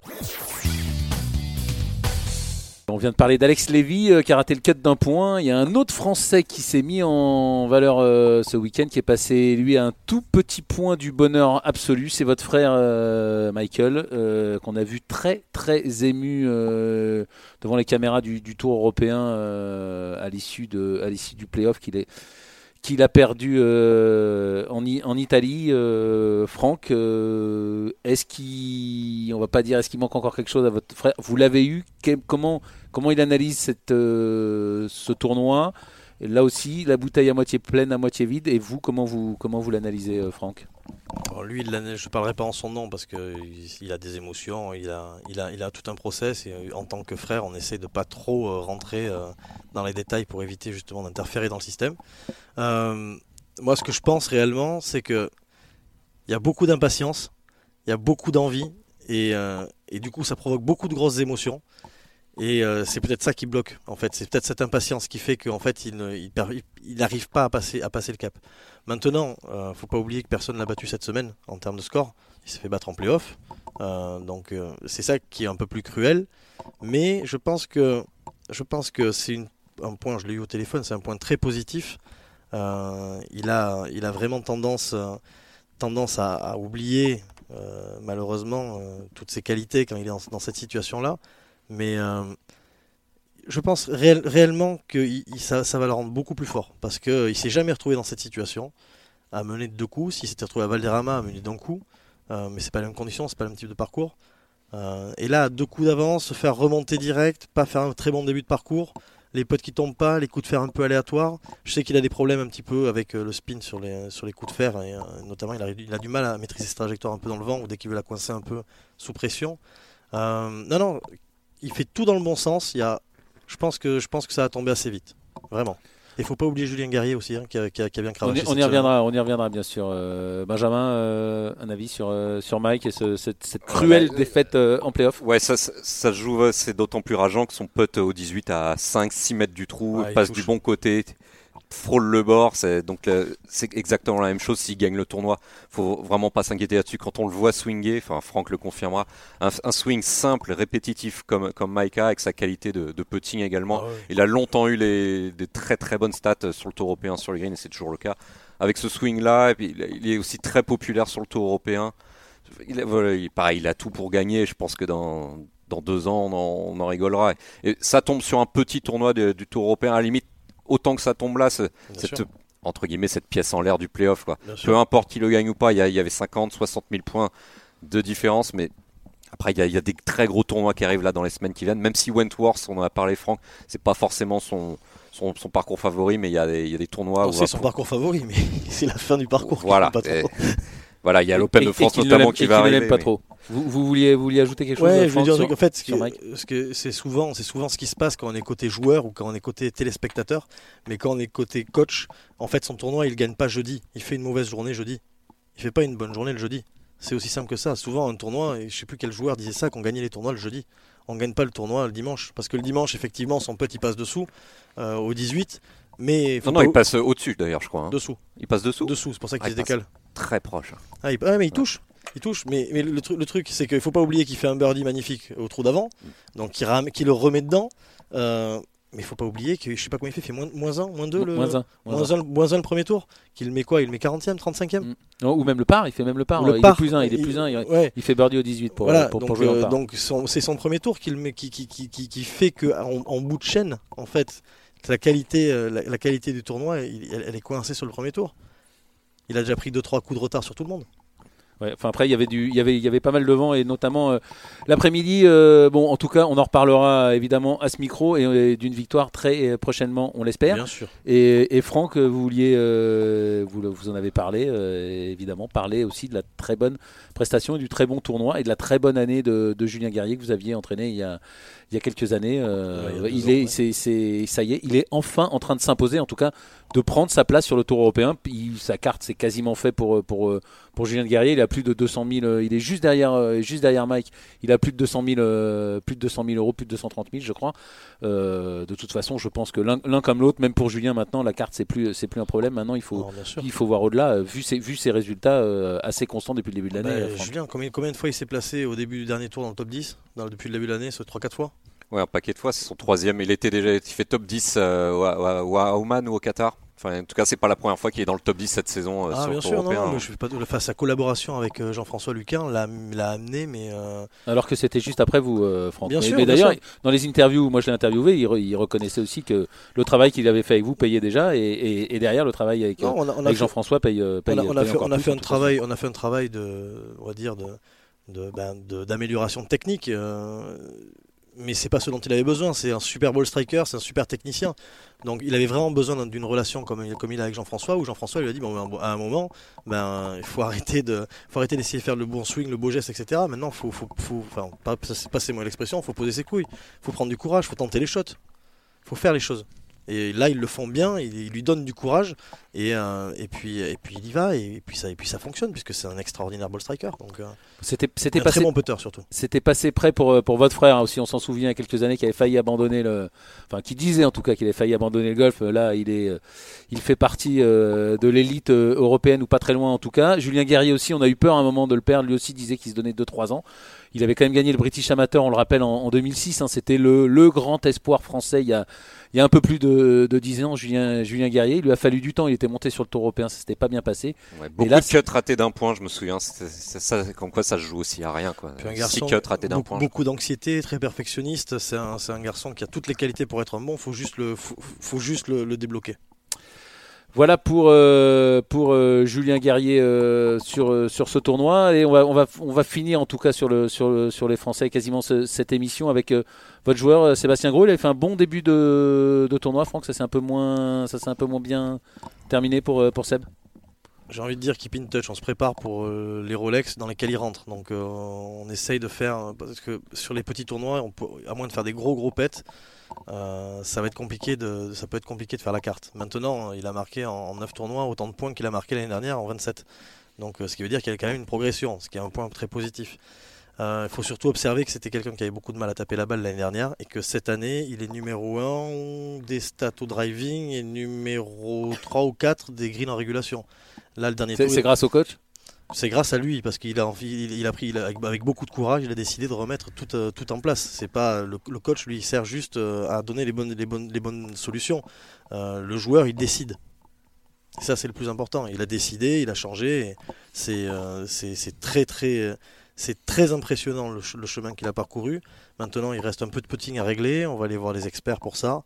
On vient de parler d'Alex Lévy euh, qui a raté le cut d'un point. Il y a un autre Français qui s'est mis en valeur euh, ce week-end, qui est passé lui à un tout petit point du bonheur absolu. C'est votre frère euh, Michael, euh, qu'on a vu très très ému euh, devant les caméras du, du Tour européen euh, à l'issue de à l'issue du play-off qu'il est qu'il a perdu euh, en, I- en Italie. euh, Franck, euh, est-ce qu'il, on va pas dire est-ce qu'il manque encore quelque chose à votre frère, vous l'avez eu, Quel- comment, comment il analyse cette, euh, ce tournoi, et là aussi la bouteille à moitié pleine, à moitié vide, et vous comment vous, comment vous l'analysez euh, Franck? Alors lui, il l'ana- je ne parlerai pas en son nom parce qu'il il a des émotions, il a, il, a, il a tout un process et euh, en tant que frère, on essaie de pas trop euh, rentrer euh, dans les détails pour éviter justement d'interférer dans le système. Euh, moi, ce que je pense réellement, c'est que il y a beaucoup d'impatience, il y a beaucoup d'envie et, euh, et du coup, ça provoque beaucoup de grosses émotions. Et euh, c'est peut-être ça qui bloque. En fait, c'est peut-être cette impatience qui fait qu'en fait, il ne- il per- il n'arrive pas à passer, à passer le cap. Maintenant, euh, faut pas oublier que personne l'a battu cette semaine en termes de score. Il s'est fait battre en play-off. Euh, donc euh, c'est ça qui est un peu plus cruel. Mais je pense que je pense que c'est une- un point. Je l'ai eu au téléphone. C'est un point très positif. Euh, il a il a vraiment tendance euh, tendance à, à oublier euh, malheureusement euh, toutes ses qualités quand il est dans, dans cette situation-là. Mais euh, je pense réel- réellement que il- il- ça, ça va le rendre beaucoup plus fort parce qu'il ne s'est jamais retrouvé dans cette situation à mener de deux coups. S'il s'était retrouvé à Valderrama à mener d'un coup, euh, mais c'est pas la même condition, c'est pas le même type de parcours. Euh, et là, à deux coups d'avance, se faire remonter direct, pas faire un très bon début de parcours, les potes qui tombent pas, les coups de fer un peu aléatoires. Je sais qu'il a des problèmes un petit peu avec euh, le spin sur les, sur les coups de fer et euh, notamment il a, il a du mal à maîtriser ses trajectoires un peu dans le vent ou dès qu'il veut la coincer un peu sous pression. Euh, non, non. Il fait tout dans le bon sens. Il y a, je pense que je pense que ça va tomber assez vite, vraiment. Et il faut pas oublier Julien Guerrier aussi, hein, qui, a, qui, a, qui a bien On cravaché. y, on cette y semaine. reviendra, on y reviendra bien sûr. Euh, Benjamin, euh, un avis sur, euh, sur Mike et ce- cette, cette cruelle bah, défaite euh, en playoff. Ouais, ça, ça, ça se joue, euh, c'est d'autant plus rageant que son pote euh, au dix-huit à cinq six mètres du trou, Ouais, il passe touche. du bon côté, frôle le bord. C'est, donc euh, c'est exactement la même chose s'il gagne le tournoi. Faut vraiment pas s'inquiéter là-dessus. Quand on le voit swinger, enfin Franck le confirmera, un, un swing simple, répétitif comme, comme Maika avec sa qualité de, de putting également. Ah ouais. Il a longtemps eu les, des très très bonnes stats sur le tour européen sur le green et c'est toujours le cas. Avec ce swing-là, et puis il, il est aussi très populaire sur le tour européen. Il, a- voilà, il- pareil, il a tout pour gagner. Je pense que dans, dans deux ans, on en, on en rigolera. Et ça tombe sur un petit tournoi de- du tour européen. À la limite, autant que ça tombe là, ce- Bien cette, sûr. entre guillemets, cette pièce en l'air du playoff, quoi. Bien Peu sûr. importe qui le gagne ou pas, il y, a- il y avait cinquante, soixante mille points de différence, mais après il y, a, il y a des très gros tournois qui arrivent là dans les semaines qui viennent. Même si Wentworth, on en a parlé, Franck, c'est pas forcément son, son, son parcours favori, mais il y a des, il y a des tournois Non, où c'est son parcours favori, mais c'est la fin du parcours. qui voilà, compte pas et- trop. voilà, il y a l'Open Et- de et France qu'il ne notamment l'aime- qui et va qu'il ne arriver. l'aime pas mais- trop. Vous, vous, vouliez, vous vouliez ajouter quelque chose? Ouais, euh, je veux dire, Franck, en fait, ce, sur que, Mike ce que c'est souvent, c'est souvent ce qui se passe quand on est côté joueur ou quand on est côté téléspectateur, mais quand on est côté coach, en fait, son tournoi, il gagne pas jeudi. Il fait une mauvaise journée jeudi. Il fait pas une bonne journée le jeudi. C'est aussi simple que ça. Souvent, un tournoi, et je sais plus quel joueur disait ça, qu'on gagnait les tournois le jeudi. On gagne pas le tournoi le dimanche, parce que le dimanche, effectivement, son pote il passe dessous euh, au dix-huit, mais faut Non, non, pas il passe au-dessus d'ailleurs, je crois. hein. dessous, Il passe dessous dessous. C'est pour ça qu'il Ah, se il passe. décale. Très proche. Ah, il, ah, mais il touche. Il touche, mais, mais le, tru- le truc, c'est qu'il faut pas oublier qu'il fait un birdie magnifique au trou d'avant, donc il, ram- qu'il le remet dedans. Euh, mais il faut pas oublier que je sais pas combien il fait, il fait moins, moins un, moins deux, le, Moins un. Moins moins un. un, moins un le premier tour. Qu'il met quoi? Il met quarantième, trente-cinquième Mm. Non, ou même le par, il fait même le par. Ou le il par. est plus un, il est plus un. Il, Ouais. il fait birdie au dix-huit pour, Voilà, pour, pour donc, jouer en euh, par. donc son- c'est son premier tour qu'il met, qui, qui, qui, qui, qui fait que en, en bout de chaîne, en fait, la qualité, euh, la, la qualité du tournoi, il- elle, elle est coincée sur le premier tour. Il a déjà pris deux trois coups de retard sur tout le monde. Ouais, enfin après il y avait du, il y avait, il y avait pas mal de vent et notamment euh, l'après-midi. Euh, bon, en tout cas, on en reparlera évidemment à ce micro et, et d'une victoire très euh, prochainement, on l'espère. Bien sûr. Et, et Franck, vous vouliez, euh, vous, vous en avez parlé, euh, évidemment, parler aussi de la très bonne prestation et du très bon tournoi et de la très bonne année de, de Julien Guerrier que vous aviez entraîné il y a, il y a quelques années. Euh, Ouais, il y a deux il ans, est, ouais. c'est, c'est, ça y est, il est enfin en train de s'imposer, en tout cas, de prendre sa place sur le Tour européen. Il, sa carte, c'est quasiment fait pour pour pour Julien Guerrier. Il a plus de deux cent mille. Il est juste derrière, juste derrière Mike. Il a plus de deux cent mille, plus de deux cent mille euros, plus de deux cent trente mille, je crois. Euh, de toute façon, je pense que l'un, l'un comme l'autre, même pour Julien maintenant, la carte c'est plus c'est plus un problème. Maintenant, il faut Non, bien sûr. il faut voir au-delà. Vu ses vu ses résultats euh, assez constants depuis le début de l'année. Bah, euh, Franck. Julien, combien, combien de fois il s'est placé au début du dernier tour dans le top dix dans, depuis le début de l'année? Ce trois quatre fois. Ouais, un paquet de fois, c'est son troisième. Il était déjà, il fait top dix euh, au, au- au Oman ou au Qatar. Enfin, en tout cas, c'est pas la première fois qu'il est dans le top dix cette saison euh, Ah sur bien le Tour sûr, non, européen. non, mais je fais pas de, enfin, sa collaboration avec euh, Jean-François Luquin l'a, l'a amené, mais euh, Alors que c'était juste après vous, euh, Franck. Bien mais, sûr, mais bien d'ailleurs, sûr. dans les interviews, moi je l'ai interviewé, il, re- il reconnaissait aussi que le travail qu'il avait fait avec vous payait déjà, et, et, et derrière le travail avec, non, on a, on a avec fait- Jean-François paye, euh, paye, on a, on a paye fait, encore on a plus, fait en un toute travail, on a fait un travail de, on va dire de, de, ben, de- d'amélioration technique. euh, mais c'est pas ce dont il avait besoin. C'est un super ball striker, c'est un super technicien. Donc il avait vraiment besoin d'un- d'une relation comme il, comme il a avec Jean-François, où Jean-François lui a dit bon, ben, à un moment, ben il faut arrêter de, faut arrêter d'essayer de faire le bon swing, le beau geste, et cetera. Maintenant, faut, faut, faut, enfin, pas, ça, c'est pas c'est moi l'expression, faut poser ses couilles, faut prendre du courage, faut tenter les shots, faut faire les choses. Et là, ils le font bien, ils, ils lui donnent du courage, et, euh, et, puis, et puis il y va, et puis ça, et puis ça fonctionne, puisque c'est un extraordinaire ball striker. Donc, euh, C'était, c'était un passé, très bon putter surtout. c'était passé près pour, euh, pour votre frère hein, aussi. On s'en souvient il y a quelques années qui avait failli abandonner le, enfin qui disait en tout cas qu'il avait failli abandonner le golf. Là, il est, euh, il fait partie euh, de l'élite euh, européenne ou pas très loin en tout cas. Julien Guerrier aussi, on a eu peur à un moment de le perdre. Lui aussi disait qu'il se donnait deux trois ans. Il avait quand même gagné le British Amateur, on le rappelle, en, en deux mille six. Hein, c'était le, le grand espoir français il y a, il y a un peu plus de, de dix ans. Julien, Julien Guerrier, il lui a fallu du temps. Il était monté sur le Tour européen, ça s'était pas bien passé. Ouais, beaucoup là, de cuts ratés d'un point, je me souviens. C'est, c'est ça, comme quoi ça se joue aussi à rien. Quoi. Puis un Six garçon, cuts ratés d'un beaucoup, point. beaucoup d'anxiété, très perfectionniste. C'est un, c'est un garçon qui a toutes les qualités pour être un bon. Faut juste le, faut, faut juste le, le débloquer. Voilà pour euh, pour euh, Julien Guerrier euh, sur euh, sur ce tournoi et on va on va on va finir en tout cas sur le sur le, sur les Français quasiment ce, cette émission avec euh, votre joueur euh, Sébastien Gros. Il avait fait un bon début de, de tournoi. Franck, ça c'est un peu moins ça c'est un peu moins bien terminé pour euh, pour Seb. J'ai envie de dire keep in touch, on se prépare pour euh, les Rolex dans lesquels il rentre. Donc euh, on essaye de faire, parce que sur les petits tournois, on peut, à moins de faire des gros gros pets, euh, ça va être compliqué de, ça peut être compliqué de faire la carte. Maintenant, il a marqué en, en neuf tournois autant de points qu'il a marqué l'année dernière en vingt-sept. Donc euh, ce qui veut dire qu'il y a quand même une progression, ce qui est un point très positif. Il euh, faut surtout observer que c'était quelqu'un qui avait beaucoup de mal à taper la balle l'année dernière et que cette année, il est numéro un des stats au driving et numéro trois ou quatre des greens en régulation. Là, le dernier C'est, tour, c'est grâce au coach. c'est grâce à lui parce qu'il a envie, il, il a pris il a, avec, avec beaucoup de courage, il a décidé de remettre tout, euh, tout en place. C'est pas le, le coach lui il sert juste euh, à donner les bonnes, les bonnes, les bonnes solutions. Euh, le joueur il décide. Et ça c'est le plus important. Il a décidé, il a changé. Et c'est, euh, c'est, c'est très très c'est très impressionnant le, le chemin qu'il a parcouru. Maintenant il reste un peu de putting à régler. On va aller voir les experts pour ça.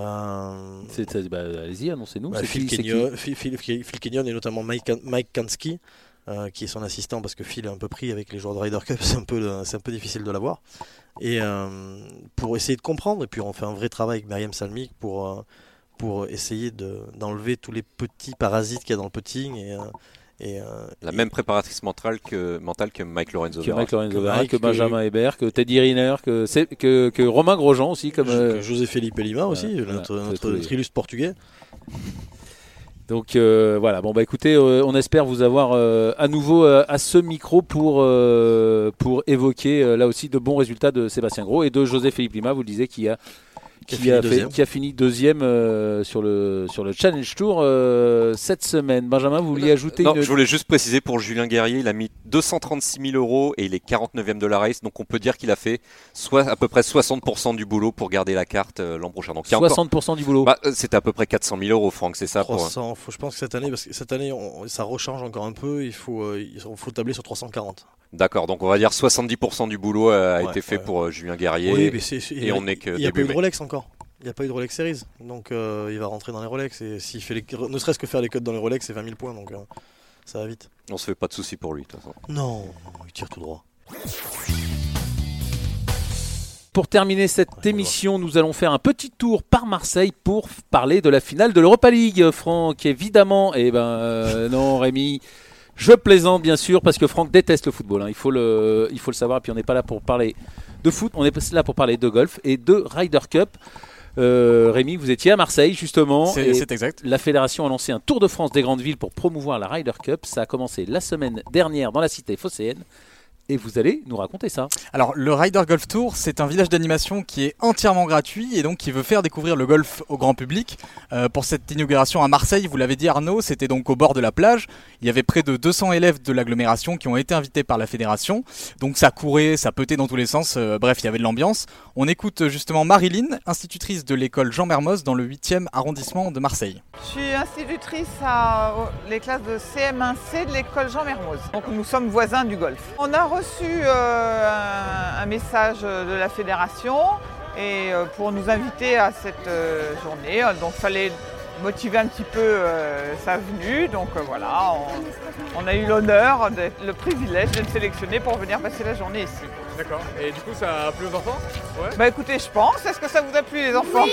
Euh, C'est, c'est- bah, allez-y, annoncez-nous. bah, c'est Phil, qui, c'est qui Kenyon, Phil, Phil- Phil- Phil Kenyon et notamment Mike, Kan- Mike Kansky, euh, qui est son assistant parce que Phil est un peu pris avec les joueurs de Ryder Cup, c'est un peu, le- c'est un peu difficile de l'avoir. Et euh, pour essayer de comprendre, et puis on fait un vrai travail avec Myriam Salmik pour, euh, pour essayer de, d'enlever tous les petits parasites qu'il y a dans le putting et, euh, Et, euh, La et- même préparatrice mentale que, mentale que Mike Lorenzo. Que Mike Lorenzo que Vera, Mike, que que- Benjamin Hébert, que Teddy Riner, que, c'est- que, que Romain Grosjean aussi. Comme, que euh, José Felipe Lima aussi, voilà, notre, voilà, notre, tous les- notre illustre portugais. Donc euh, voilà, bon bah écoutez, euh, on espère vous avoir euh, à nouveau euh, à ce micro pour, euh, pour évoquer euh, là aussi de bons résultats de Sébastien Gros et de José Philippe Lima, vous le disiez, qui a, Qui a qui fini a, fait- deuxième. qui a fini deuxième euh, sur, le, sur le Challenge Tour euh, cette semaine. Benjamin, vous vouliez ajouter Non, une... je voulais juste préciser pour Julien Guerrier, il a mis deux cent trente-six mille euros et il est quarante-neuvième de la race, donc on peut dire qu'il a fait soit à peu près soixante pour cent du boulot pour garder la carte euh, l'an prochain. Donc il y a encore- soixante pour cent du boulot. Bah, euh, c'était à peu près quatre cent mille euros, Franck, c'est ça pour... trois cents, faut, je pense que cette année, parce que cette année, on- ça rechange encore un peu. Il faut, euh, il faut tabler sur trois cent quarante. D'accord, donc on va dire soixante-dix pour cent du boulot euh, a Ouais, été fait ouais. pour euh, Julien Guerrier. Oui, mais c'est, c'est- et on est que il n'y a pas début eu de mai. Rolex encore. Il n'y a pas eu de Rolex Series. Donc euh, il va rentrer dans les Rolex. Et s'il fait les, ne serait-ce que faire les codes dans les Rolex, c'est vingt mille points. Donc euh, ça va vite. On se fait pas de soucis pour lui, de toute façon. Non, il tire tout droit. Pour terminer cette Ouais, émission, nous allons faire un petit tour par Marseille pour f- parler de la finale de l'Europa League. Franck, évidemment, et ben euh, non Rémi, je plaisante bien sûr parce que Franck déteste le football, hein. il, faut le, il faut le savoir, et puis on n'est pas là pour parler de foot, on est là pour parler de golf et de Ryder Cup. Euh, Rémi, vous étiez à Marseille justement. C'est, et c'est exact. La fédération a lancé un tour de France des grandes villes pour promouvoir la Ryder Cup. Ça a commencé la semaine dernière dans la cité phocéenne. Et vous allez nous raconter ça. Alors, le Ryder Golf Tour, c'est un village d'animation qui est entièrement gratuit et donc qui veut faire découvrir le golf au grand public. Euh, pour cette inauguration à Marseille, vous l'avez dit Arnaud, c'était donc au bord de la plage. Il y avait près de deux cents élèves de l'agglomération qui ont été invités par la fédération. Donc ça courait, ça peutait dans tous les sens. Euh, bref, il y avait de l'ambiance. On écoute justement Marilyn, institutrice de l'école Jean Mermoz dans le huitième arrondissement de Marseille. Je suis institutrice à aux- les classes de C M un C de l'école Jean Mermoz. Donc nous sommes voisins du golf. On a reçu euh, un, un message de la fédération et euh, pour nous inviter à cette euh, journée. Donc il fallait motiver un petit peu euh, sa venue. Donc euh, voilà, on, on a eu l'honneur, d'être- le privilège d'être sélectionné pour venir passer la journée ici. D'accord. Et du coup, ça a plu aux enfants? Ouais. Bah écoutez, je pense. Est-ce que ça vous a plu les enfants?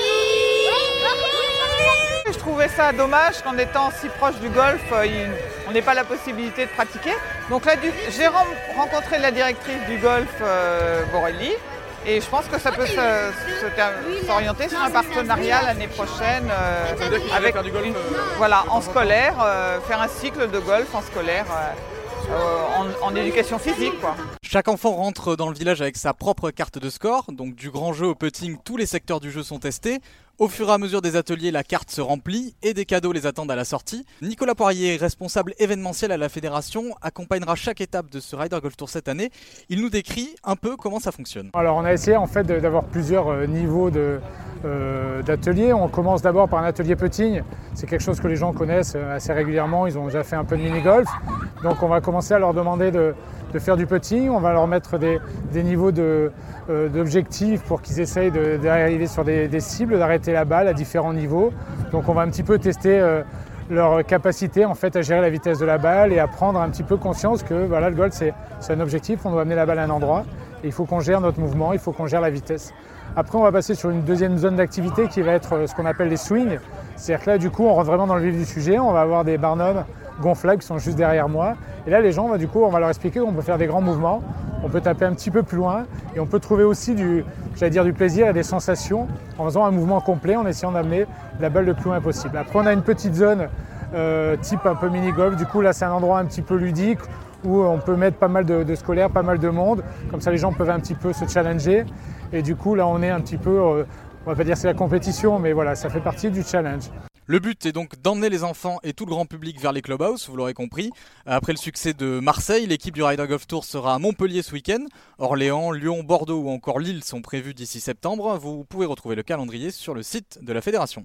Je trouvais ça dommage qu'en étant si proche du golf, euh, il- on n'ait pas la possibilité de pratiquer. Donc là, du- j'ai ren- rencontré la directrice du golf, euh, Borelli, et je pense que ça peut se- se ter- s'orienter sur un partenariat l'année prochaine euh, Ça veut dire qu'ils avec allaient faire du golf, une- euh, voilà, en scolaire, euh, faire un cycle de golf en scolaire, euh, euh, en, en éducation physique, quoi. Chaque enfant rentre dans le village avec sa propre carte de score, donc du grand jeu au putting, tous les secteurs du jeu sont testés. Au fur et à mesure des ateliers, la carte se remplit et des cadeaux les attendent à la sortie. Nicolas Poirier, responsable événementiel à la fédération, accompagnera chaque étape de ce Ryder Golf Tour cette année. Il nous décrit un peu comment ça fonctionne. Alors on a essayé en fait de- d'avoir plusieurs euh, niveaux de, euh, d'ateliers. On commence d'abord par un atelier putting. C'est quelque chose que les gens connaissent euh, assez régulièrement. Ils ont déjà fait un peu de mini-golf. Donc on va commencer à leur demander de, de faire du putting. On va leur mettre des, des niveaux de, euh, d'objectifs pour qu'ils essayent de- d'arriver sur des, des cibles, d'arrêter la balle à différents niveaux. Donc on va un petit peu tester euh, leur capacité en fait à gérer la vitesse de la balle et à prendre un petit peu conscience que voilà, le golf c'est, c'est un objectif, on doit amener la balle à un endroit et il faut qu'on gère notre mouvement, il faut qu'on gère la vitesse. Après on va passer sur une deuxième zone d'activité qui va être euh, ce qu'on appelle les swings. C'est-à-dire que là du coup on rentre vraiment dans le vif du sujet, on va avoir des barnums gonflables qui sont juste derrière moi. Et là les gens, bah, du coup on va leur expliquer qu'on peut faire des grands mouvements, on peut taper un petit peu plus loin et on peut trouver aussi du, j'allais dire, du plaisir et des sensations en faisant un mouvement complet, en essayant d'amener la balle le plus loin possible. Après on a une petite zone euh, type un peu mini-golf, du coup là c'est un endroit un petit peu ludique où on peut mettre pas mal de, de scolaires, pas mal de monde, comme ça les gens peuvent un petit peu se challenger et du coup là on est un petit peu, euh, on va pas dire c'est la compétition, mais voilà, ça fait partie du challenge. Le but est donc d'emmener les enfants et tout le grand public vers les clubhouses, vous l'aurez compris. Après le succès de Marseille, l'équipe du Ryder Golf Tour sera à Montpellier ce week-end. Orléans, Lyon, Bordeaux ou encore Lille sont prévus d'ici septembre. Vous pouvez retrouver le calendrier sur le site de la fédération.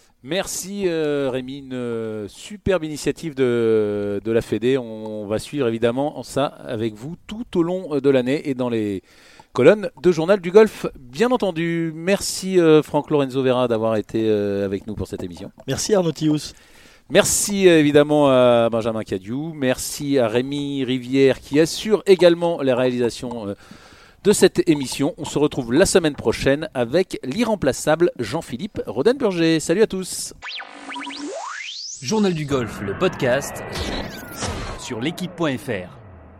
Merci euh, Rémi, une euh, superbe initiative de, de la Fédé. On va suivre évidemment ça avec vous tout au long euh, de l'année et dans les colonnes de Journal du Golf, bien entendu. Merci euh, Franck Lorenzo Vera d'avoir été euh, avec nous pour cette émission. Merci Arnaud Thious. Merci euh, évidemment à Benjamin Cadiou. Merci à Rémi Rivière qui assure également la réalisation euh, de cette émission. On se retrouve la semaine prochaine avec l'irremplaçable Jean-Philippe Rodenburger. Salut à tous. Journal du Golf, le podcast sur l'équipe point F R.